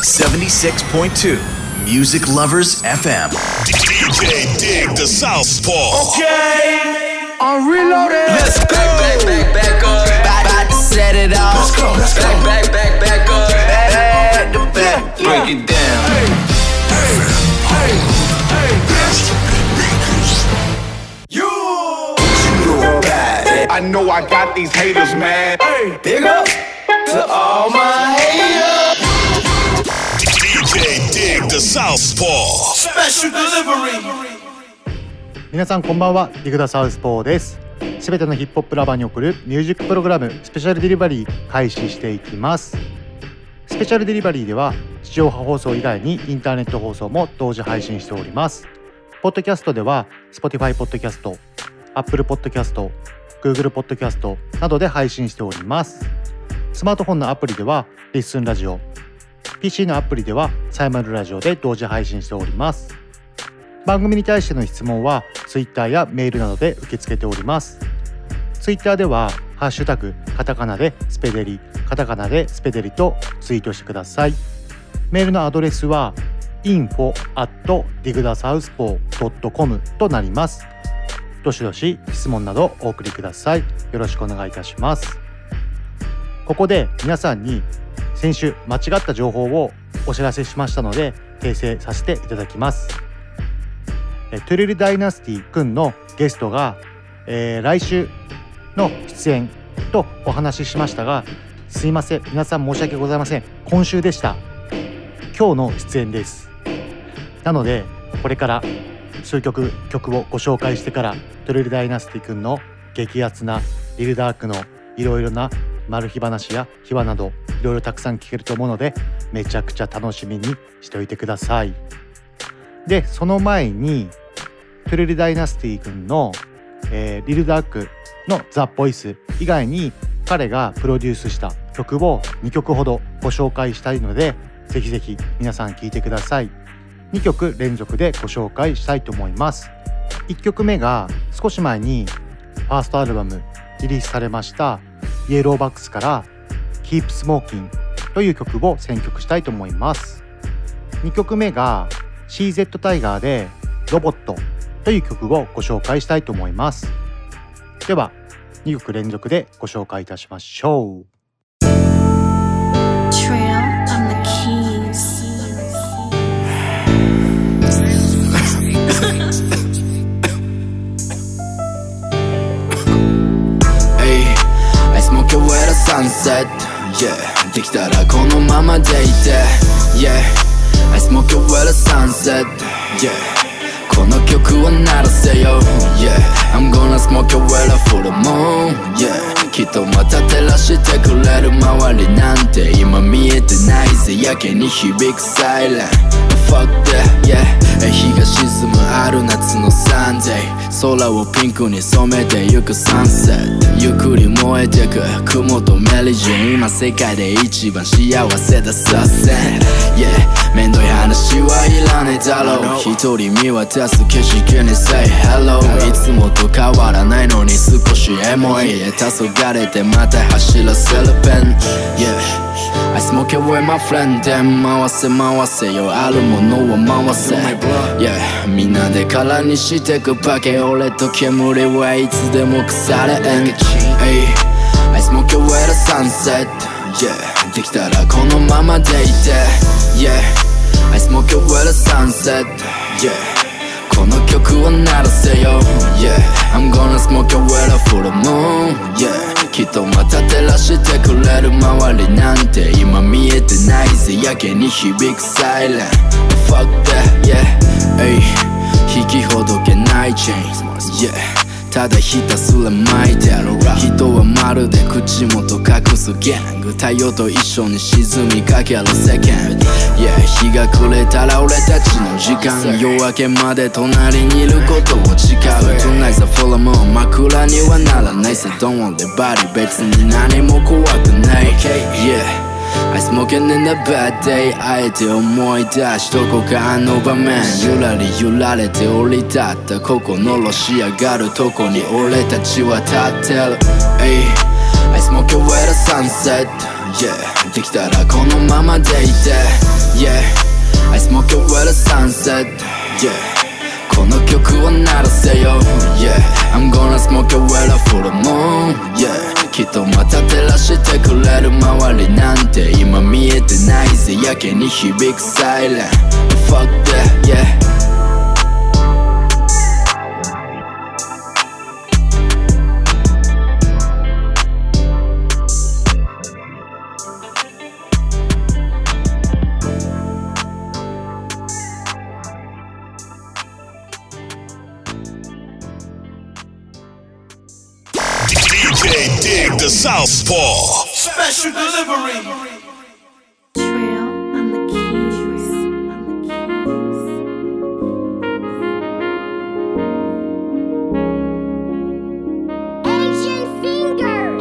76.2 Music Lovers FM. DJ Dig the Southpaw. Okay, I'm reloaded. Let's go. Back up. About to set it off. Let's go. Back up. Back to back. Break it down. Hey. You know that. I know I got these haters, man. Hey, big up to all my haters. DJ Dig the Southpaw. Special delivery. 皆さんこんばんは、ディグダサウスポーです。すべてのヒップホップラバーに送るミュージックプログラムスペシャルデリバリー開始していきます。スペシャルデリバリーでは地上波放送以外にインターネット放送も同時配信しております。ポッドキャストでは Spotify ポッドキャスト、Apple ポッドキャスト、Google ポッドキャストなどで配信しております。スマートフォンのアプリではリッスンラジオ、PC のアプリではサイマルラジオで同時配信しております。番組に対しての質問は Twitter やメールなどで受け付けております。Twitter ではハッシュタグカタカナでスペデリ、カタカナでスペデリとツイートしてください。メールのアドレスは info@digdasouthpaw.com となります。どしどし質問などお送りください。よろしくお願いいたします。ここで皆さんに先週間違った情報をお知らせしましたので訂正させていただきます。トゥルルダイナスティくんのゲストが、来週の出演とお話ししましたが、すいません、皆さん申し訳ございません。今週でした。今日の出演です。なのでこれから数曲をご紹介してからトゥルルダイナスティくんの激アツなリルダークのいろいろなマル秘話や秘話などいろいろたくさん聞けると思うので、めちゃくちゃ楽しみにしておいてください。でその前にトゥルルダイナスティ君の、リルダークのザ・ボイス以外に彼がプロデュースした曲を2曲ほどご紹介したいので、ぜひぜひ皆さん聴いてください。2曲連続でご紹介したいと思います。1曲目が少し前にファーストアルバムリリースされましたイエローバックスからKeep Smoking という曲を選曲したいと思います。2曲目が CZ タイガーでロボットという曲をご紹介したいと思います。では2曲連続でご紹介いたしましょう。 Sunset, yeah. できたらこのままでいて Yeah, I smoke it with a sunset, yeah. この曲を鳴らせよ Yeah, I'm gonna smoke it with a full moon, yeah. きっとまた照らしてくれる周りなんて今見えてないぜ、やけに響くサイレン Fuck that, yeah. 日が沈むある夏のサンデー、空をピンクに染めてゆくサンセット、ゆっくり燃えてく雲とメリジン、今世界で一番幸せださせ Yeah, めんどい話はいらねえだろう、一人見渡す景色に Say hello、 いつもと変わらないのに少しエモい、黄昏れてまた走らせるペン Yeah, I smoke it with my friend で回せ回せよ、あるものを回せ Yeah, みんなで空にしてくパケ、俺と煙はいつでも腐れん Hey, I smoke it with a sunset, yeah. できたらこのままでいて Yeah, I smoke it with a sunset, yeah. この曲を鳴らせよ Yeah, I'm gonna smoke it with a full moon, yeah. きっとまた照らしてくれる周りなんて今見えてないぜ、やけに響くサイレン Fuck that, yeah. Hey, 引きほどけないチェーン Yeah, ただひたすら巻いてある人はまるで口元隠すギャング、太陽と一緒に沈みかける世間 Yeah, 日が暮れたら俺たちの時間、夜明けまで隣にいることを誓う Tonight's a full moon、 枕にはならないさ Don't worry about it、 別に何も怖くない Yeah, I smoking in the bad day、 あえて思い出しどこかあの場面、ゆらり揺られて降り立ったここのロシアがあるとこに俺たちは立ってる Hey, I smoke it with a sunset, yeah. できたらこのままでいて sunset Yeah この曲を鳴らせよ Yeah I'm gonna smoke it well up for the moon Yeah きっとまた照らしてくれる周りなんて今見えてないぜやけに響くサイレン Fuck that yeah DJ Dig the Southpaw. Special delivery. Trail on the keys. Asian finger.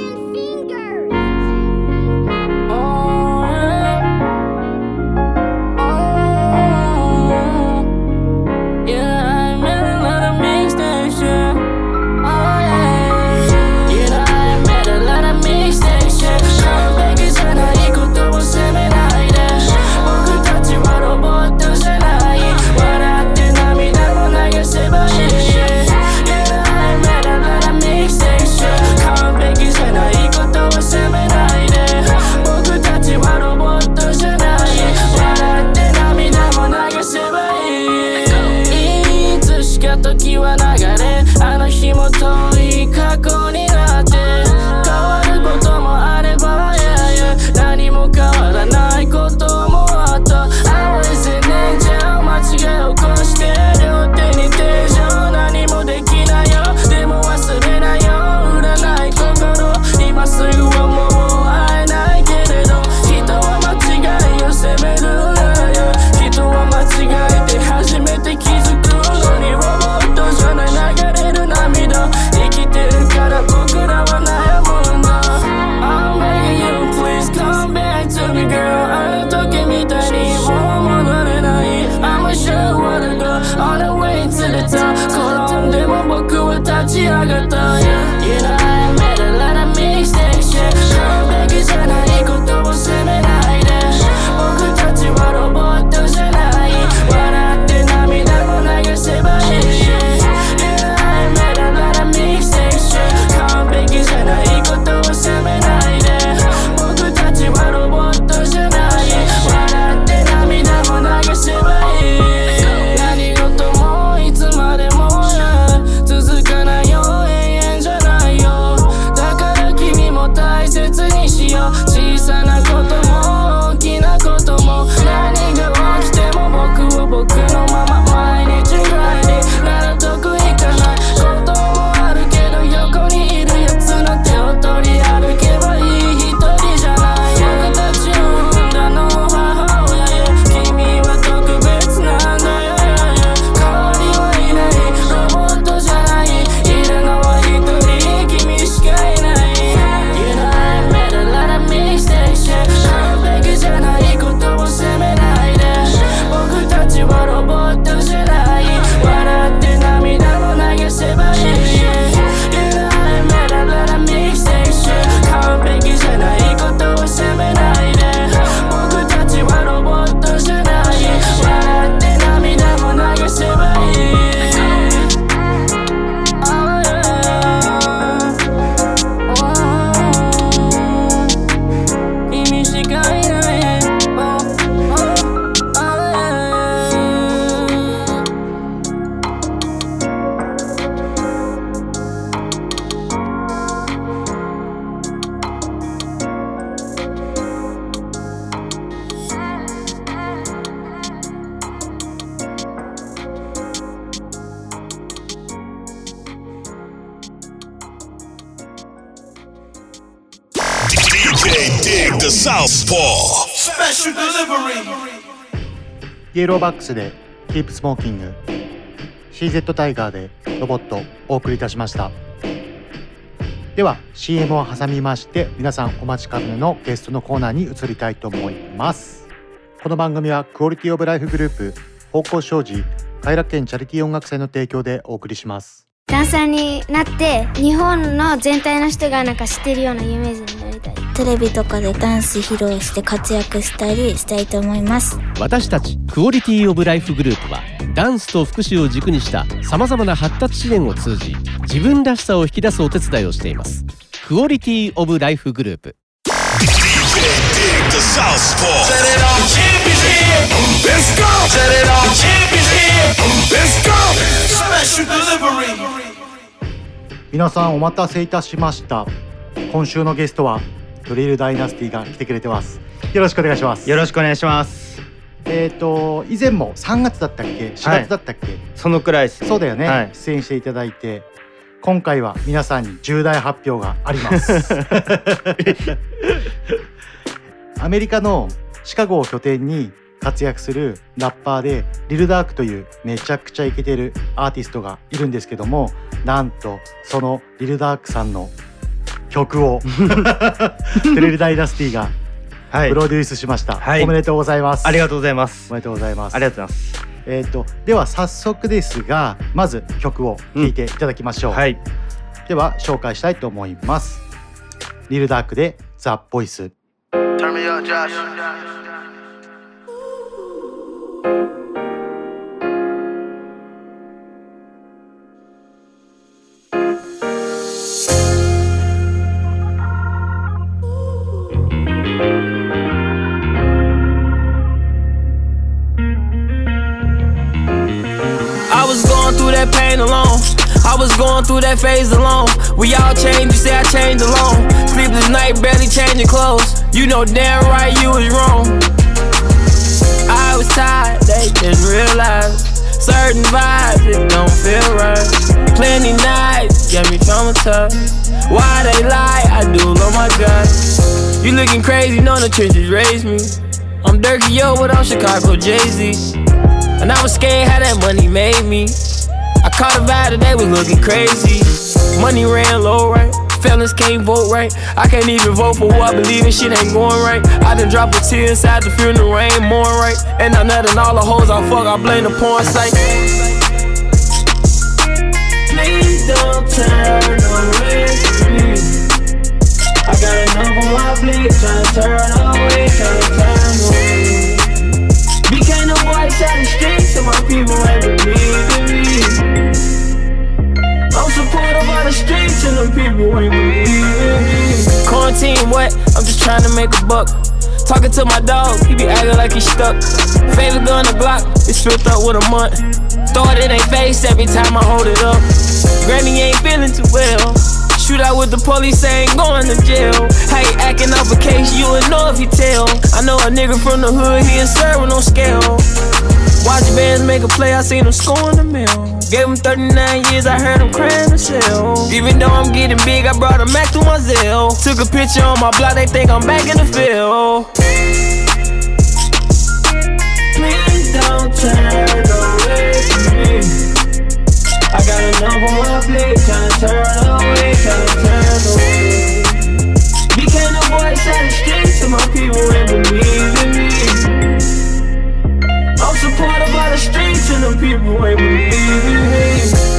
DJ Dig the Southpaw. Special delivery. イエローバックスで Keep Smoking CZ タイガーでロボットお送りいたしました。では CM を挟みまして皆さんお待ちかねのゲストのコーナーに移りたいと思います。この番組はクオリティオブライフグループ方向障子偕楽園チャリティー音楽祭の提供でお送りします。 ダンサーになって日本の全体の人がなんか知ってるような有名人になりテレビとかでダンス披露して活躍したりしたいと思います。 私たちクオリティオブライフグループはダンスと福祉を軸にしたさまざまな発達支援を通じ自分らしさを引き出すお手伝いをしています。クオリティオブライフグループ。 DJ Dig the Southpaw. Set it off, champions here. Let's go. Set it off, champions here. Let's go. Special delivery. 皆さんお待たせいたしました。今週のゲストはドリルダイナスティが来てくれてます。よろしくお願いします。 よろしくお願いします。 以前も3月だったっけ4月だったっけ、 そのくらいです。 そうだよね、出演していただいて、今回は皆さんに重大発表がありますアメリカのシカゴを拠点に活躍するラッパーでリルダークというめちゃくちゃイケてるアーティストがいるんですけども、なんとそのリルダークさんの曲をドリルダイナスティがプロデュースしました、おめでとうございます。 ありがとうございます。 おめでとうございます。 ありがとうございます。 では早速ですが、まず曲を聴いていただきましょう、では紹介したいと思います。リルダークでザ・ボイス。 Turn me up, Josh. That pain alone, I was going through that phase alone. We all changed, you say I changed alone. Sleepless night, barely changing clothes. You know damn right you was wrong. I was tired, they didn't realize certain vibes, it don't feel right. Plenty nights, get me traumatized. Why they lie, I do love my God. You looking crazy, know the trenches raised me. I'm Dirky Yo, but I'm Chicago Jay-Z. And I was scared how that money made me. I caught a vibe that they was looking crazy. Money ran low, right? Fellas can't vote right. I can't even vote for who I believe in, shit ain't going right. I done dropped a tear inside the funeral, ain't more right. And I'm nutting all the hoes I fuck, I blame the porn site. Please don't turn away from me. I got enough on my plate, tryna turn away, tryna turn away. Became the voice out the streets, so my people ain't believing me. I'm supportive of the streets and them people ain't believing me. Quarantine what? I'm just trying to make a buck. Talking to my dog, he be acting like he stuck. Favorite gun the Glock, it's filled up with a month. Throw it in they face every time I hold it up. Granny ain't feeling too well. Shoot out with the police, ain't going to jail. How he acting off a case, you would know if he tell. I know a nigga from the hood, he ain't serving no scale. Watch your bands make a play, I seen him scoring the mill. Gave him 39 years, I heard him crying the shell. Even though I'm getting big, I brought him back through my Zelle. Took a picture on my block, they think I'm back in the field. Please don't turn away from me. I got enough on my plate, tryna turn away, tryna turn away. Became the voice out the streets, so my people ain't believing me. I'm supported by the streets, and the people ain't believing me.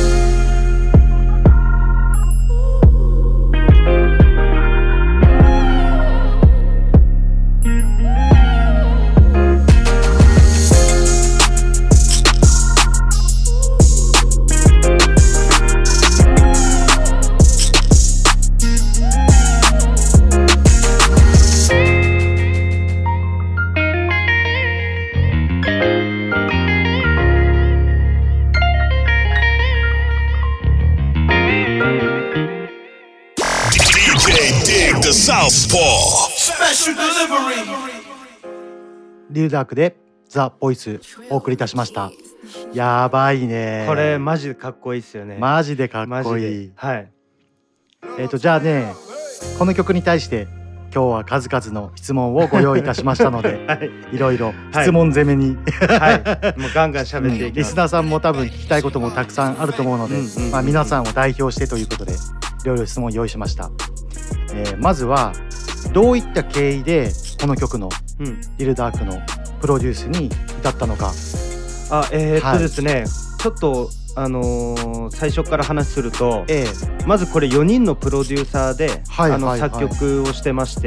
Southpaw Special Delivery。 リルダークでザ・ボイスお送りいたしました。やばいね、 これマジでかっこいいっすよね。 マジでかっこいい。 はい。 じゃあね、この曲に対して今日は数々の質問をご用意いたしましたので、はい、いろいろ質問攻めに、 はい、もうガンガン喋っていきます。 リスナーさんも多分聞きたいこともたくさんあると思うので、まあ、皆さんを代表してということでいろいろ質問を用意しました。まずはどういった経緯でこの曲のリルダークのプロデュースに至ったのか。 ですね、ちょっと最初から話すると、まずこれ4人のプロデューサーで、作曲をしてまして、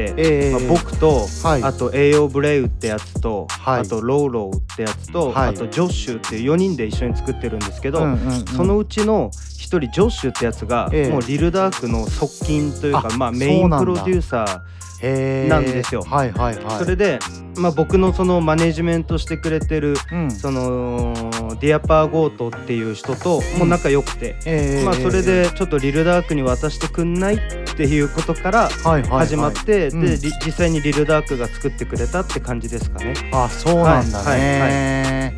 僕と、あと栄養ブレイウってやつと、あとローローってやつと、あとジョッシュっていう4人で一緒に作ってるんですけど、そのうちの1人ジョッシュってやつが、もうリルダークの側近というか、メインプロデューサーなんですよ。それで、僕のそのマネジメントしてくれてる、そのディアパーゴートっていう人とも仲良くて、それでちょっとリルダークに渡してくんないっていうことから始まって、で実際にリルダークが作ってくれたって感じですかね。 あ、そうなんだね。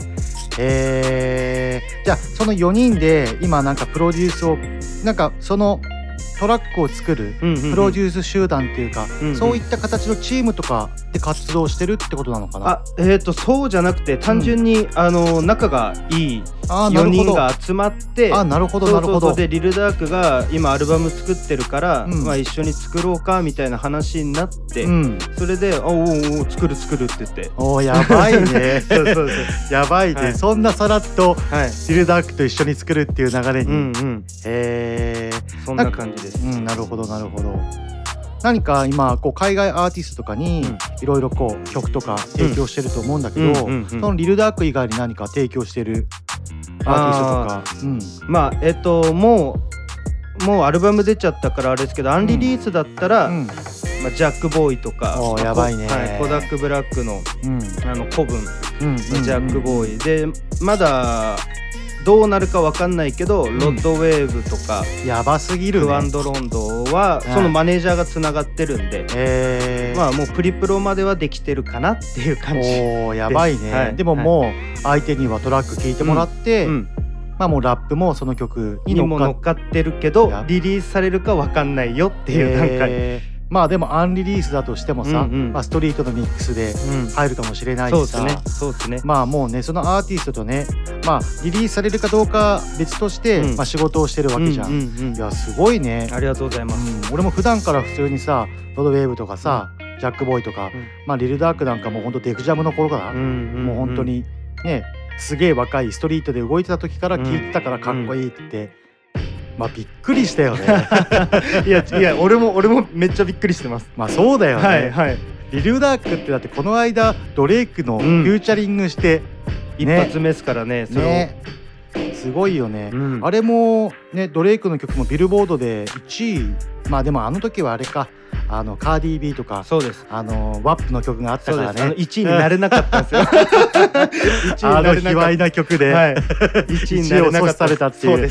じゃあその4人で今なんかプロデュースをなんかそのトラックを作るプロデュース集団っていうか、そういった形のチームとかで活動してるってことなのかな。 そうじゃなくて単純に、仲がいい4人が集まって、 なるほどなるほど。 でリルダークが今アルバム作ってるから、一緒に作ろうかみたいな話になって、それでお作るって言って、 やばいねやばいね、そんなさらっとリルダークと一緒に作るっていう流れに、 そんな感じです。 なるほどなるほど。何か今こう海外アーティストとかにいろいろこう曲とか提供してると思うんだけど、そのリルダーク以外に何か提供してるアーティストとか、 もうアルバム出ちゃったからあれですけど、アンリリースだったら、ジャックボーイとか、 やばいね、 コダックブラックの古文のジャックボーイで、まだどうなるか分かんないけど、ロッドウェーブとかやばすぎるね、 クワンドロンドはそのマネージャーがつながってるんで、もうプリプロまではできてるかなっていう感じです。 やばいね、でももう相手にはトラック聴いてもらって、もうラップもその曲にも乗っかってるけど、リリースされるか分かんないよっていう段階。 でもアンリリースだとしてもさ、ストリートのミックスで入るかもしれないしさ、 そうですね。 もうね、そのアーティストとね、リリースされるかどうか別として、仕事をしてるわけじゃん。いやすごいね。 ありがとうございます。 俺も普段から普通にさ、ロードウェーブとかさ、ジャックボーイとか、リルダークなんかもうほんとデフジャムの頃から、もう本当にね、すげえ若いストリートで動いてた時から聴いてたからかっこいいって、びっくりしたよねいや俺もめっちゃびっくりしてます。 そうだよね、リルダークってだってこの間ドレイクのフューチャリングして、 一発目ですからね、それすごいよね、あれもね、ドレイクの曲もビルボードで1位、でもあの時はあれか、カーディー B とか、 そうです、 ワップの曲があったからね、 1位になれなかったんですよ卑猥な曲で、1位になれなかったっていう。そうです。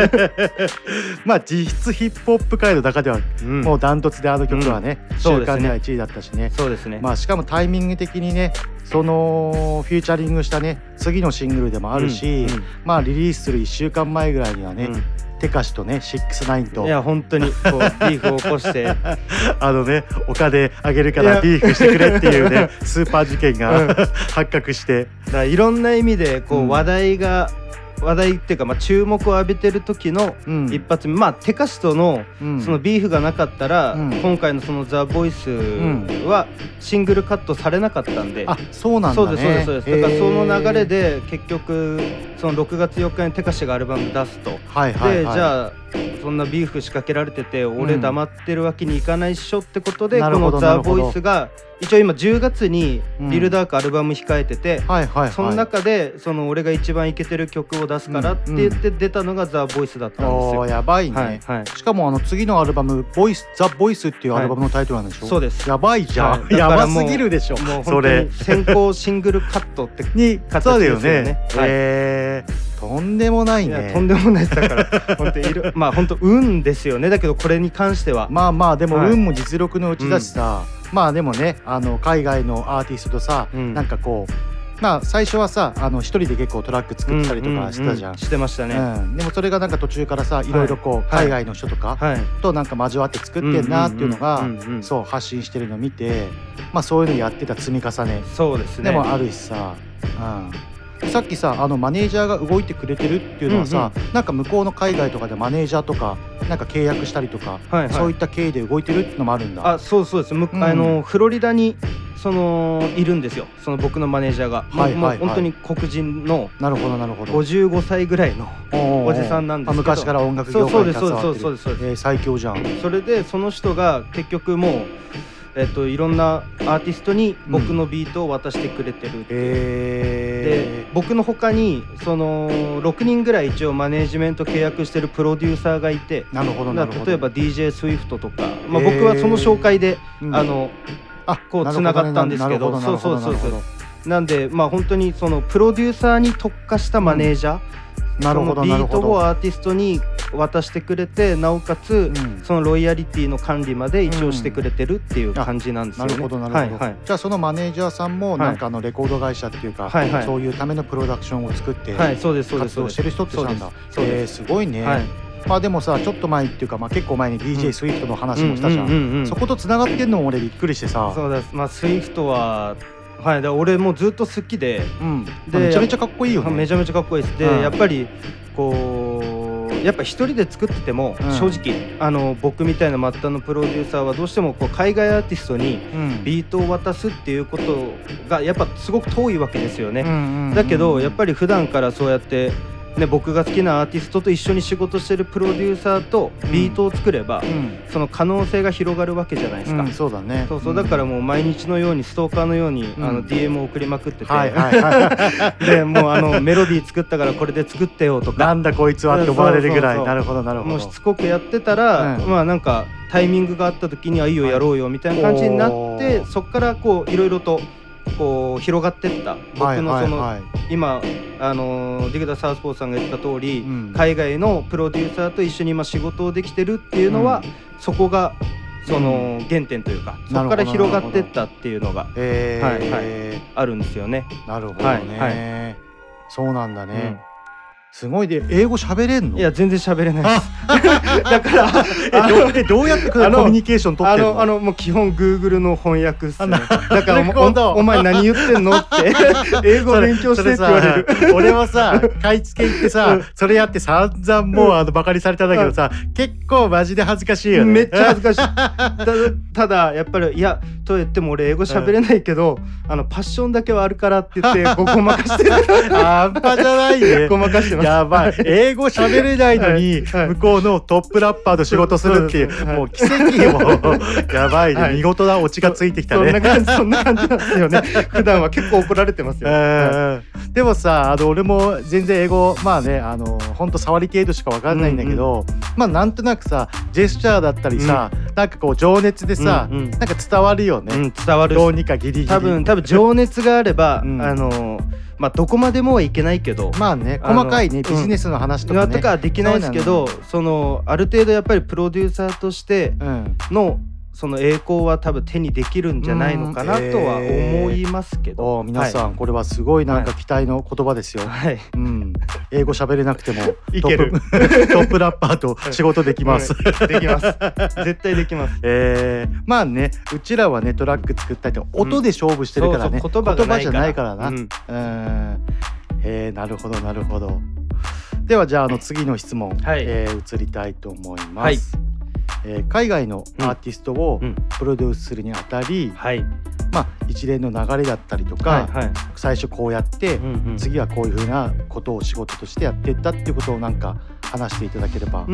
実質ヒップホップ界の中ではもうダントツであの曲はね、週間では1位だったしね。 そうですね。 しかもタイミング的にね、そのフューチャリングしたね、次のシングルでもあるし、リリースする1週間前ぐらいにはね、テカシとね、6ix9ineと、 いや本当にこうビーフを起こしてお金あげるからビーフしてくれっていうねスーパー事件が発覚して、 いろんな意味でこう話題っていうか、注目を浴びてる時の一発目、テカシとのそのビーフがなかったら、今回のそのザ・ボイスはシングルカットされなかったんで。 そうなんだね。 そうです。だからその流れで結局その6月4日にテカシがアルバム出すと、でじゃあそんなビーフ仕掛けられてて、俺黙ってるわけにいかないっしょってことで、このザ・ボイスが一応今10月にリルダークアルバム控えてて、その中でその俺が一番イケてる曲を出すからって言って出たのがザ・ボイスだったんですよ。 やばいね。しかも次のアルバムザ・ボイスっていうアルバムのタイトルなんでしょ。 そうです。 やばいじゃん。やばすぎるでしょ。 もうそれ先行シングルカットって形ですよね。とんでもないね。 とんでもないです。だから本当に本当運ですよね。だけどこれに関してはでも運も実力のうちだしさ、でもね、海外のアーティストとさ、なんかこう最初はさ、一人で結構トラック作ったりとかしてたじゃん。 してましたね。 でもそれがなんか途中からさ、いろいろこう海外の人とかとなんか交わって作ってんなっていうのが、そう発信してるのを見て、そういうのやってた積み重ねでもあるしさ、 さっきさマネージャーが動いてくれてるっていうのはさ、なんか向こうの海外とかでマネージャーとかなんか契約したりとか、そういった経緯で動いてるってのもあるんだ。 そうです。フロリダにいるんですよ、その僕のマネージャーが。もう本当に黒人の55歳ぐらいのおじさんなんですけど、 昔から音楽業界に携わってる。 そうです。 最強じゃん。 それでその人が結局もういろんなアーティストに僕のビートを渡してくれてるっていう、で僕の他に6人ぐらい一応マネージメント契約してるプロデューサーがいて、 なるほど例えば DJ スウィフトとか、僕はその紹介でこうつながったんですけど、なんで本当にそのプロデューサーに特化したマネージャー、ビートをアーティストに渡してくれて、なおかつそのロイヤリティの管理まで一応してくれてるっていう感じなんですよね。 なるほど。じゃあそのマネージャーさんもなんかレコード会社っていうか、そういうためのプロダクションを作って活動してる人ってなんだ。すごいね。でもさ、ちょっと前っていうか結構前に DJ スウィフトの話もしたじゃん。そことつながってんのも俺びっくりしてさ。 そうです。スイフトはだ俺もうずっと好きで、 めちゃめちゃかっこいいよね。 めちゃめちゃかっこいいです。でやっぱりやっぱ一人で作ってても、正直僕みたいな末端のプロデューサーはどうしても海外アーティストにビートを渡すっていうことがやっぱすごく遠いわけですよね。だけどやっぱり普段からそうやって僕が好きなアーティストと一緒に仕事してるプロデューサーとビートを作れば、その可能性が広がるわけじゃないですか。 そうだね。 だからもう毎日のようにストーカーのようにDM を送りまくってて、でもうメロディー作ったからこれで作ってよとか、 なんだこいつはって思われるぐらい。なるほど。 もうしつこくやってたら、なんかタイミングがあった時にいいよやろうよみたいな感じになって、そっからいろいろと広がっていった僕の今ディグダ・サウスポーさんが言った通り、海外のプロデューサーと一緒に今仕事をできてるっていうのは、そこがその原点というか、そこから広がっていったっていうのがあるんですよね。 なるほどね。そうなんだね。すごいで、英語喋れんの？ いや全然喋れないです。だからどうやってコミュニケーション取ってんの？ もう基本 Google の翻訳っすね。だからお前何言ってんのって英語勉強してって言われる。 俺はさ買い付け行ってさそれやって散々もうバカにされたんだけどさ、結構マジで恥ずかしいよね。 めっちゃ恥ずかしい。ただやっぱりいやと言っても俺英語喋れないけど、パッションだけはあるからって言ってごまかしてる。 半端じゃないね。 ごまかしてます。 やばい。英語喋れないのに向こうのトップラッパーと仕事するっていう、もう奇跡もやばいね。見事なオチがついてきたね。 そんな感じなんですよね。普段は結構怒られてますよ。 でもさ、俺も全然英語ほんと触り程度しか分かんないんだけど、なんとなくさジェスチャーだったりさ、なんか情熱でさ、なんか伝わるよね。 伝わる。 どうにかギリギリ。 多分情熱があればどこまでもはいけないけど、 細かいねビジネスの話とかねとかできないですけど、ある程度やっぱりプロデューサーとしてのその栄光は多分手にできるんじゃないのかなとは思いますけど、 皆さんこれはすごいなんか期待の言葉ですよ。英語喋れなくてもいけるトップラッパーと仕事できます。 できます。絶対できます。 うちらはねトラック作ったりと音で勝負してるからね。言葉じゃないからな。なるほどなるほど。ではじゃあ次の質問移りたいと思います。海外のアーティストをプロデュースするにあたり、一連の流れだったりとか、最初こうやって、次はこういうふうなことを仕事としてやっていったっていうことをなんか話していただければ。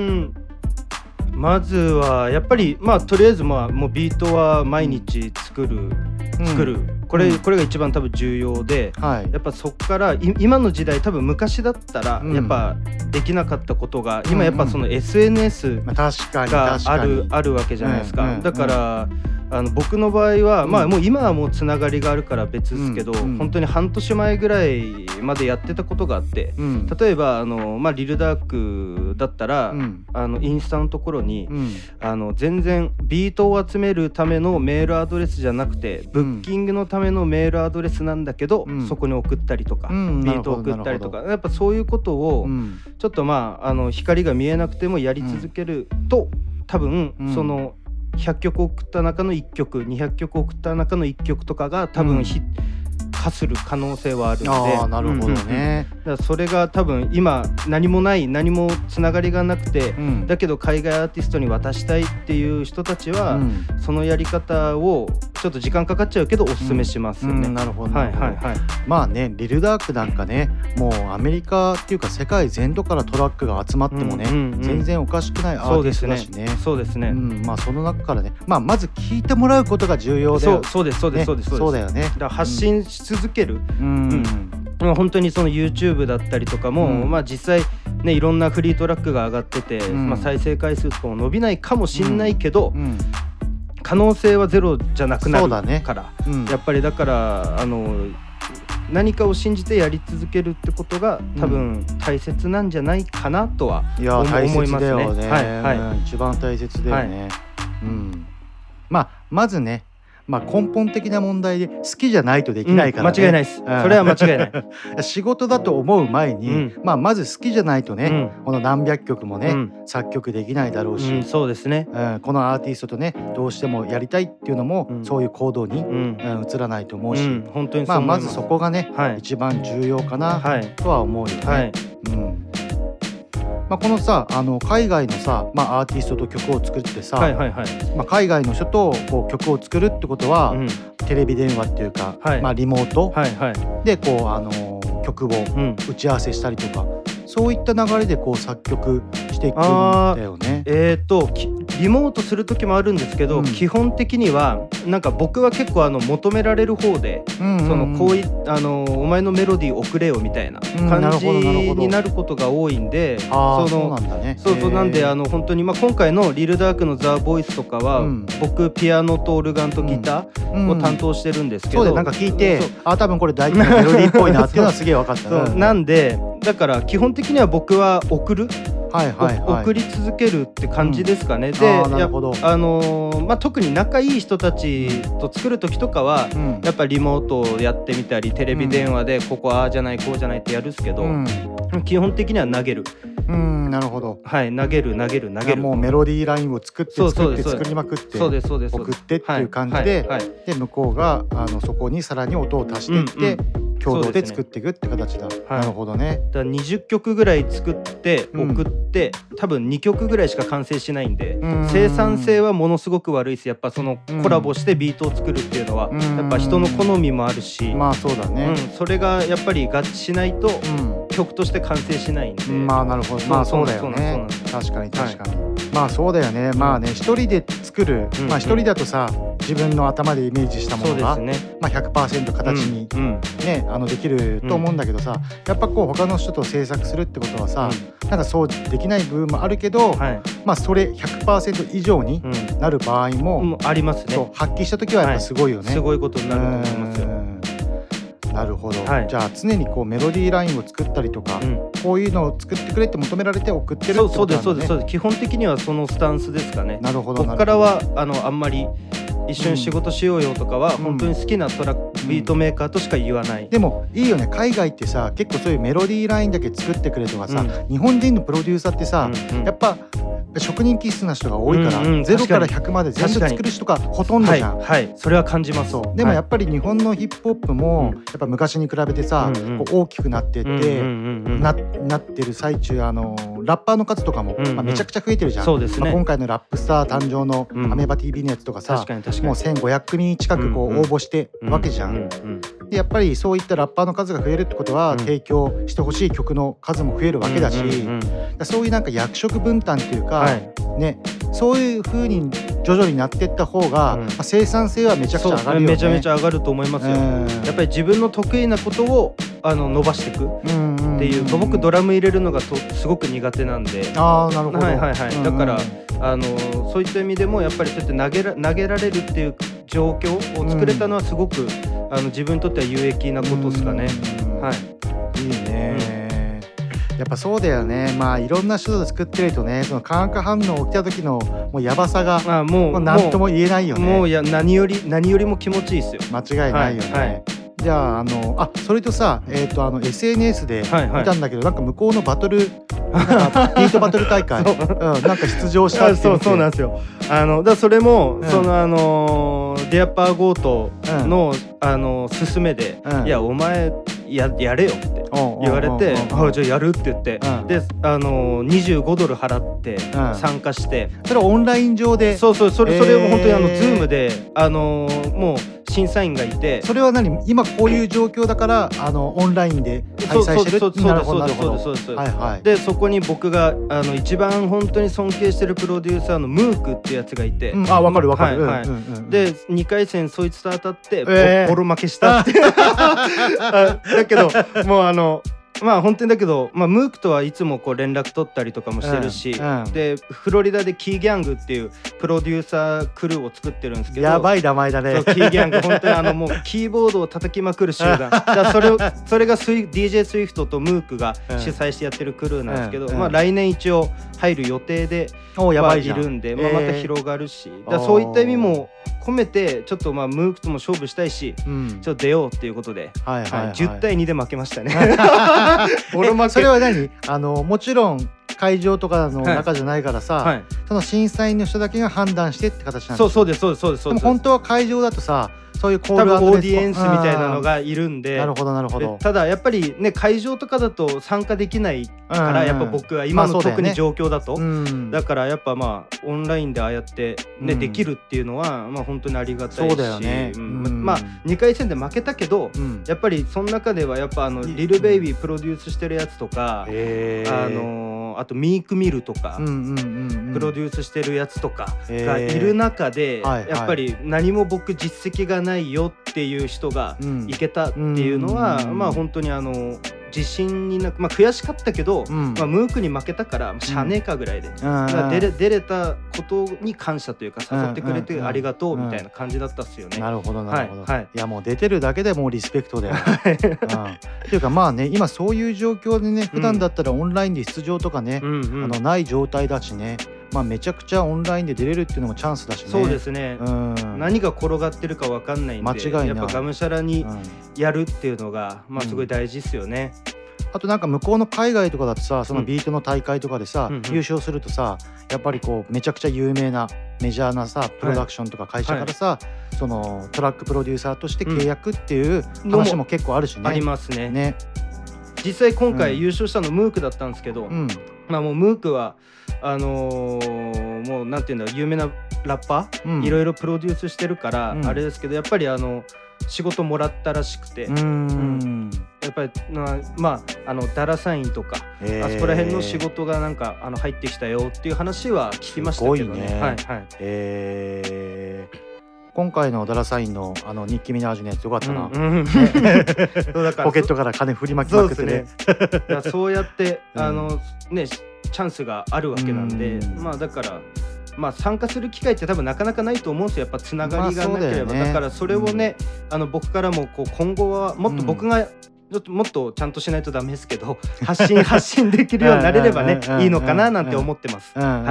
まずはやっぱりとりあえずもうビートは毎日作る、これが一番多分重要で、やっぱそこから今の時代多分昔だったらやっぱできなかったことが、今やっぱその SNS があるわけじゃないですか。だから僕の場合はもう今はもうつながりがあるから別ですけど、本当に半年前ぐらいまでやってたことがあって、例えばリルダークだったら、インスタのところに、全然ビートを集めるためのメールアドレスじゃなくて、ブッキングのためのメールアドレスなんだけど、そこに送ったりとか、ビートを送ったりとか、やっぱそういうことをちょっと光が見えなくてもやり続けると、多分その100曲送った中の1曲、200曲送った中の1曲とかが多分破する可能性はあるので。 ああなるほどね、 だからそれが多分今何もつながりがなくて、だけど海外アーティストに渡したいっていう人たちは、そのやり方をちょっと時間かかっちゃうけどおすすめしますよね。 なるほど、まあねリルダークなんかねもうアメリカっていうか世界全土からトラックが集まってもね、全然おかしくないアーティストだしね。 そうですね。 まあその中からね、まあまず聞いてもらうことが重要だよ。 そうです。そうだよね。だから発信し続ける。本当にその YouTube だったりとかも、まあ実際ねいろんなフリートラックが上がってて、まあ再生回数とかも伸びないかもしんないけど、可能性はゼロじゃなくなるから、やっぱりだから何かを信じてやり続けるってことが多分大切なんじゃないかなとは思いますね。 一番大切だよね。まずね、根本的な問題で好きじゃないとできないからね。 間違いないです。それは間違いない。 仕事だと思う前に、まず好きじゃないとね、この何百曲もね、作曲できないだろうし、 そうですね。 このアーティストとねどうしてもやりたいっていうのも、そういう行動に移らないと思うし、 本当にまずそこがね、一番重要かなとは思うよね。このさ海外のさ、アーティストと曲を作ってさ、海外の人とこう曲を作るってことは、テレビ電話っていうか、リモートでこう曲を打ち合わせしたりとか、そういった流れでこう作曲していくんだよね。 リモートする時もあるんですけど、基本的にはなんか僕は結構求められる方で、そのこういお前のメロディー送れよみたいな感じになることが多いんで、 そうなんだね。 そうなんで本当に今回のリルダークのザ・ボイスとかは、僕ピアノとオルガンとギターを担当してるんですけど、 そうでなんか聞いて多分これ大体メロディーっぽいなっていうのはすげえ分かった。 なんでだから基本的には僕は送り続けるって感じですかね。で特に仲いい人たちと作る時とかは、やっぱリモートをやってみたりテレビ電話でここああじゃないこうじゃないってやるんですけど、基本的には投げる。 なるほど。 投げる。 もうメロディーラインを作りまくって送ってっていう感じで、向こうがそこにさらに音を足していって共同で作っていくって形だ。なるほどね。 だから20曲ぐらい作って送って、多分2曲ぐらいしか完成しないんで、生産性はものすごく悪いです。やっぱそのコラボしてビートを作るっていうのは、やっぱ人の好みもあるし、 そうだね。 それがやっぱり合致しないと曲として完成しないんで。 なるほど。そうだよね。確かに。そうだよね。一人で作る、一人だとさ自分の頭でイメージしたものが、100% 形にねできると思うんだけどさ、やっぱこう他の人と制作するってことはさ、なんかそうできない部分もあるけど、それ 100% 以上になる場合もありますね。 発揮した時はやっぱすごいよね。 すごいことになると思いますよ。 なるほど。じゃあ常にこうメロディーラインを作ったりとか、こういうのを作ってくれって求められて送ってるってことなんだね。 そうです。基本的にはそのスタンスですかね。 なるほど。 僕からはあんまり一緒に仕事しようよとかは、本当に好きなトラック、ビートメーカーとしか言わない。 でもいいよね。海外ってさ結構そういうメロディーラインだけ作ってくれとかさ、日本人のプロデューサーってさ、やっぱ職人気質な人が多いから、0から100まで全部作る人がほとんどじゃん。 それは感じます。 でもやっぱり日本のヒップホップもやっぱ昔に比べてさ、こう大きくなってってなってる最中、ラッパーの数とかもめちゃくちゃ増えてるじゃん。今回のラップスター誕生のアメバ TV のやつとかさ、もう1500組近くこう応募してわけじゃん。でやっぱりそういったラッパーの数が増えるってことは、提供してほしい曲の数も増えるわけだし、そういうなんか役職分担っていうか、そういう風に徐々になっていった方が、生産性はめちゃくちゃ上がるよね。 めちゃめちゃ上がると思いますよ。やっぱり自分の得意なことを伸ばしていくっていう、僕ドラム入れるのがすごく苦手なんで。 なるほど。 だからそういった意味でもやっぱりそうやって投げられるっていう状況を作れたのはすごく自分にとっては有益なことですかね。 いいね。やっぱそうだよね。いろんな人で作ってるとね、その化学反応起きた時のもうやばさがもう何とも言えないよね。 もう何よりも気持ちいいですよ。 間違いないよね。じゃあそれとさ、SNS で見たんだけど、なんか向こうのバトルなんかビートバトル大会、なんか出場したってそうなんですよ。だそれも、そのディアパーゴートの、勧めで、いやお前やれよって言われて、じゃあやるって言って、で$25払って参加して、 それオンライン上で、 それを本当にZoomでもう審査員がいて、 それは何、今こういう状況だからオンラインで開催してるって。 そうです。でそこに僕が一番本当に尊敬してるプロデューサーのムークってやつがいて、 わかる。 で2回戦そいつと当たってボロ負けしたってだけどもうまあ本当にだけど、ムークとはいつもこう連絡取ったりとかもしてるし、でフロリダでキーギャングっていうプロデューサークルーを作ってるんですけど、 やばい名前だね。 そうキーギャング本当にもうキーボードを叩きまくる集団だそれがDJ スイフトとムークが主催してやってるクルーなんですけど、来年一応入る予定でいるんで、また広がるし、だそういった意味も込めてちょっとムークとも勝負したいし、ちょっと出ようっていうことで、10対2で負けましたねそれは何、もちろん会場とかの中じゃないからさ、その審査員の人だけが判断してって形なんですか。 そうです。 でも本当は会場だとさ、そういうコール多分オーディエンスみたいなのがいるんで。 なるほど。 ただやっぱりね、会場とかだと参加できないから、やっぱ僕は今の特に状況だと、だからやっぱオンラインでああやってねできるっていうのは本当にありがたいし、2回戦で負けたけど、やっぱりその中ではやっぱリルベイビープロデュースしてるやつとか、あとミークミルとかプロデュースしてるやつとかがいる中で、やっぱり何も僕実績がないよっていう人がいけたっていうのは、本当に自信に悔しかったけど、ムークに負けたからしゃねえかぐらいで、出れたことに感謝というか、誘ってくれてありがとうみたいな感じだったっすよね。 なるほど。いやもう出てるだけでもうリスペクトだよ。っていうか今そういう状況でね、普段だったらオンラインで出場とかね、ない状態だしね、めちゃくちゃオンラインで出れるっていうのもチャンスだしね。 そうですね、何が転がってるか分かんないんで、 間違いない。 やっぱがむしゃらにやるっていうのがすごい大事ですよね。 あとなんか向こうの海外とかだとさ、そのビートの大会とかでさ、優勝するとさ、やっぱりこうめちゃくちゃ有名なメジャーなさプロダクションとか会社からさ、そのトラックプロデューサーとして契約っていう話も結構あるしね。 ありますね。実際今回優勝したのムークだったんですけど、もうムークはもうなんていうんだろう、有名なラッパーいろいろプロデュースしてるから、あれですけど、やっぱり仕事もらったらしくて、やっぱりダラサインとか、あそこら辺の仕事がなんか入ってきたよっていう話は聞きましたけどね。 今回のダラサインのニッキー・ミナージュのやつよかったな。ポケットから金振りまきまくってね。 そうやってチャンスがあるわけなんで、だから参加する機会って多分なかなかないと思うんですよ。やっぱつながりがなければ。だからそれをね、僕からもこう今後はもっと僕がもっとちゃんとしないとダメですけど、発信できるようになれればねいいのかななんて思ってます。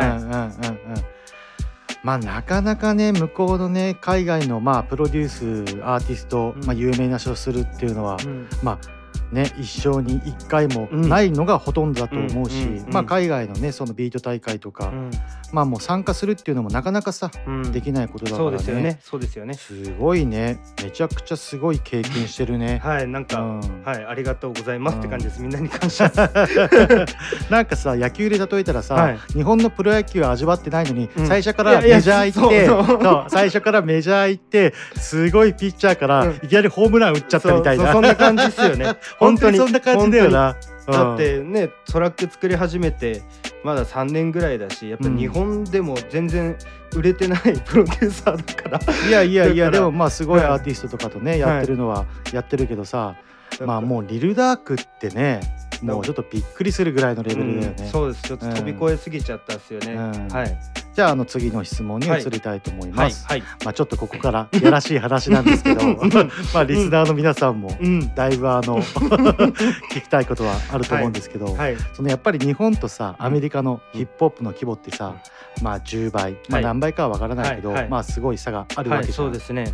なかなかね、向こうのね海外のプロデュースアーティスト、有名な人をするっていうのは、ね、一生に一回もないのがほとんどだと思うし、海外のねそのビート大会とか、もう参加するっていうのもなかなかさ、できないことだからね。 そうですよね。 すごいね、めちゃくちゃすごい経験してるね。 なんか、ありがとうございますって感じです。みんなに感謝。 なんかさ、野球で例えたらさ、日本のプロ野球は味わってないのに、最初からメジャー行って、最初からメジャー行って、すごいピッチャーからいきなりホームラン打っちゃったみたいな。 そんな感じですよね。 本当にそんな感じだよな。 だってね、トラック作り始めてまだ3年ぐらいだし、やっぱ日本でも全然売れてないプロデューサーだから。 いやでもすごいアーティストとかとねやってるのはやってるけどさ、もうリルダークってね、もうちょっとびっくりするぐらいのレベルだよね。 そうです。ちょっと飛び越えすぎちゃったっすよね。 じゃあ次の質問に移りたいと思います。ちょっとここからやらしい話なんですけど、リスナーの皆さんもだいぶ聞きたいことはあると思うんですけど、そのやっぱり日本とさアメリカのヒップホップの規模ってさ、10倍、何倍かは分からないけど、すごい差があるわけじゃん。 そうですね。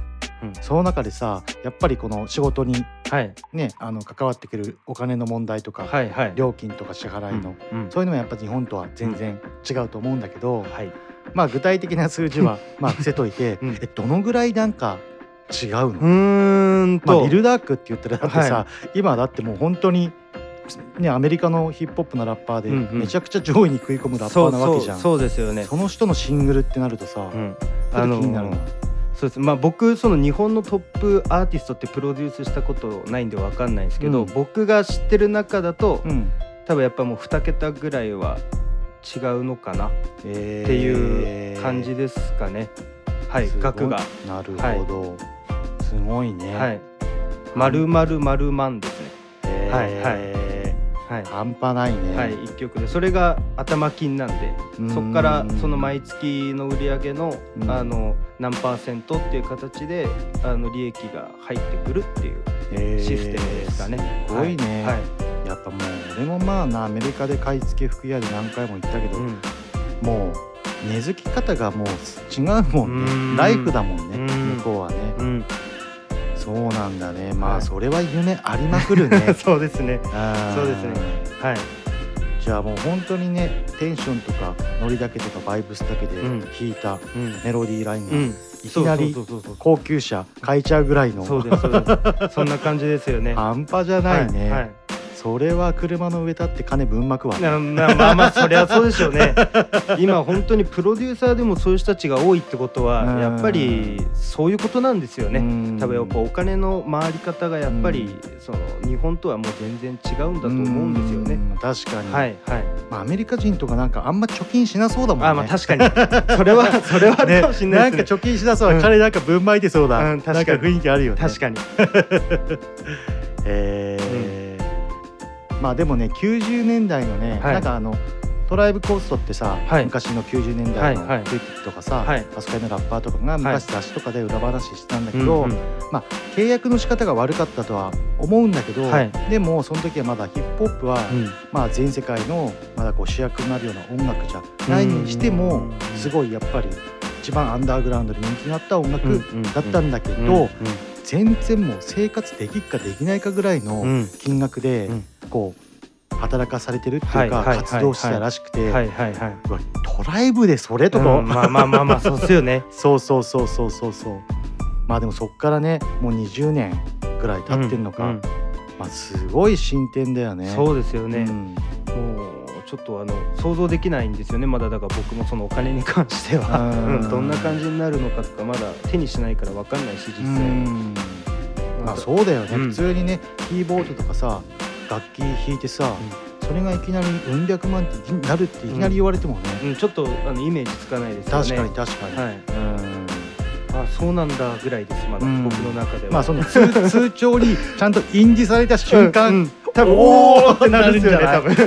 その中でさやっぱりこの仕事に、ね、関わってくるお金の問題とか、料金とか支払いの、そういうのはやっぱり日本とは全然違うと思うんだけど、まあ具体的な数字はまあ伏せといて、どのぐらいなんか違うの？まあリルダークって言ったらだってさ、今だってもう本当にね、アメリカのヒップホップのラッパーでめちゃくちゃ上位に食い込むラッパーなわけじゃん。 そうですよね。 その人のシングルってなるとさ、気になるな。 そうです。まあ僕その日本のトップアーティストってプロデュースしたことないんで分かんないんですけど、僕が知ってる中だと、多分やっぱもう2桁ぐらいは違うのかなっていう感じですかね。額が。 なるほど。すごいね。 丸万ですね。 半端ないね。 1曲でそれが頭金なんで、そこからその毎月の売り上げの何%っていう形で利益が入ってくるっていうシステムですかね。 すごいね。やっぱもう俺もまあなアメリカで買い付け服屋で何回も行ったけど、もう根付き方がもう違うもんね。ライフだもんね、向こうはね。そうなんだね。まあそれは夢ありまくるね。 そうですね。そうですね。 じゃあもう本当にね、テンションとかノリだけとかバイブスだけで弾いたメロディーラインがいきなり高級車買えちゃうぐらいの。 そうです。そんな感じですよね。 半端じゃないね。それは車の上立って金ぶんまくわ。 まあそりゃそうでしょうね。今本当にプロデューサーでもそういう人たちが多いってことはやっぱりそういうことなんですよね。多分やっぱお金の回り方がやっぱりその日本とはもう全然違うんだと思うんですよね。 確かに。まあアメリカ人とかなんかあんま貯金しなそうだもんね。 まあ確かに。それはあるかもしれないですね。 なんか貯金しなそうだ。彼なんかぶんまいてそうだ。なんか雰囲気あるよね。 確かに。 まあでもね90年代のね、なんかトライブコーストってさ、昔の90年代のクリティックとかさ、あそこのラッパーとかが昔雑誌とかで裏話したんだけど、まあ契約の仕方が悪かったとは思うんだけど、でもその時はまだヒップホップはまあ全世界のまだこう主役になるような音楽じゃないにしてもすごいやっぱり一番アンダーグラウンドで人気になった音楽だったんだけど、全然もう生活できっかできないかぐらいの金額でこう働かされてるっていうか活動してたらしくて、トライブでそれとか、 まあそうですよね。 そう。まあでもそっからねもう20年ぐらい経ってんのか、まあすごい進展だよね。 そうですよね。もうちょっと想像できないんですよね。まだだから僕もそのお金に関してはどんな感じになるのかとかまだ手にしないから分かんないし実際。 まあそうだよね。普通にねキーボードとかさ楽器弾いてさ、それがいきなりうん百万ってなるっていきなり言われてもね、 ちょっとイメージつかないですよね。 確かに。 あ、そうなんだぐらいです。まだ僕の中では。 まあその通帳にちゃんと印字された瞬間、 多分おーってなるんじゃない？多分。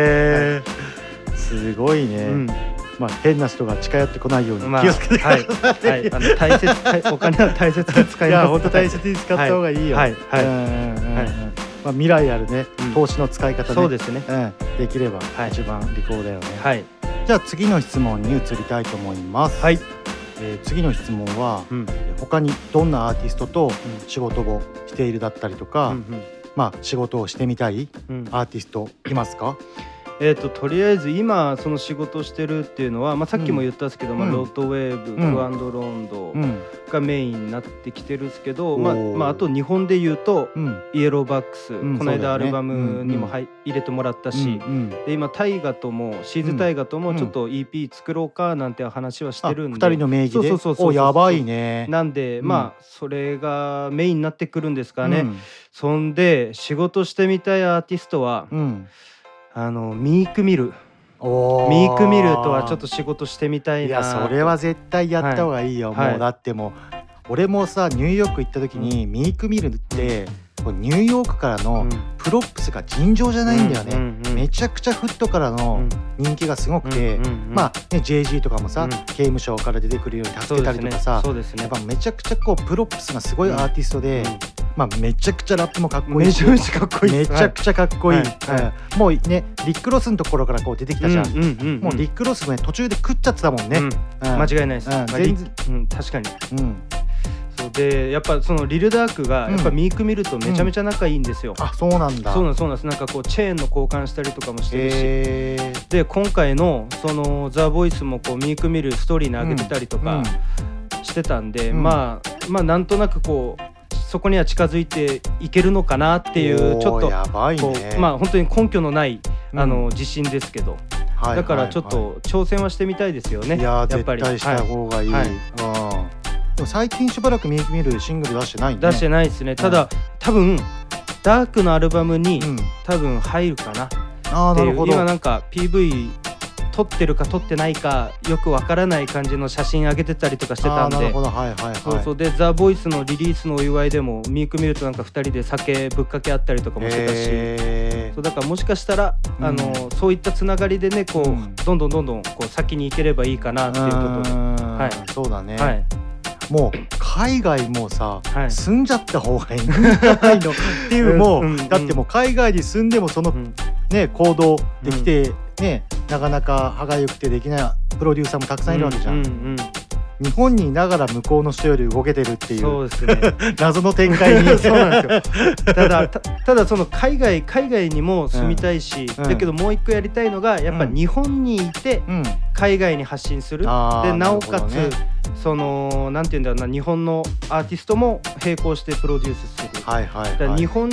すごいね。まあ変な人が近寄ってこないように気をつけてください。 お金は大切に使います。 いや本当大切に使った方がいいよ。まあ未来あるね投資の使い方ね。 そうですね。 できれば一番利口だよね。じゃあ次の質問に移りたいと思います。次の質問は他にどんなアーティストと仕事をしているだったりとか、まあ仕事をしてみたいアーティストいますか？ とりあえず今その仕事をしてるっていうのは、さっきも言ったんですけど、ロードウェーブ、クアンドロンドがメインになってきてるんですけど、あと日本で言うと、イエローバックス、この間アルバムにも入れてもらったし、で今タイガともシーズタイガともちょっと EP 作ろうかなんて話はしてるんで、 2人の名義でおやばいね。 なんでそれがメインになってくるんですかね。そんで仕事してみたいアーティストはミークミルとはちょっと仕事してみたいな。 いやそれは絶対やった方がいいよ。もうだってもう俺もさニューヨーク行った時にミークミルってニューヨークからのプロップスが尋常じゃないんだよね。めちゃくちゃフットからの人気がすごくて、まあね JG とかもさ刑務所から出てくるように助けたりとかさ、やっぱめちゃくちゃこうプロップスがすごいアーティストで、まあめちゃくちゃラップもかっこいいし、 めちゃくちゃかっこいい、 めちゃくちゃかっこいい。もうねリック・ロスのところからこう出てきたじゃん。もうリック・ロスもね途中で食っちゃってたもんね。 間違いないです。全然確かに。 そうでやっぱそのリルダークがやっぱミーク見るとめちゃめちゃ仲いいんですよ。 あ、そうなんだ。 そうなんです。なんかこうチェーンの交換したりとかもしてるし、で今回のそのザ・ボイスもこうミーク見るストーリーに上げてたりとかしてたんで、まあなんとなくこうそこには近づいていけるのかなっていうちょっとやばいね。 こうまあ本当に根拠のない自信ですけど、だからちょっと挑戦はしてみたいですよね。 いや絶対した方がいい。でも最近しばらくミークミルシングル出してないね。 出してないですね。ただ多分ダークのアルバムに多分入るかなっていう。今なんか PV撮ってるか撮ってないかよくわからない感じの写真上げてたりとかしてたんで、そうでザ・ボイスのリリースのお祝いでもミーク見るとなんか2人で酒ぶっかけあったりとかもしてたし、そうだからもしかしたらそういったつながりでねこうどんどんこう先に行ければいいかなっていうことで、 そうだね。もう海外もさ、住んじゃった方がいいんじゃないのっていう、もうだってもう海外に住んでもそのね行動できてね、なかなか歯がゆくてできないプロデューサーもたくさんいるわけじゃん。日本にいながら向こうの人より動けてるっていう、 そうですね謎の展開にそうなんですよ。ただその海外にも住みたいし、だけどもう一個やりたいのがやっぱ日本にいて海外に発信する、でなおかつそのなんていうんだろうな、日本のアーティストも並行してプロデュースする。だから日本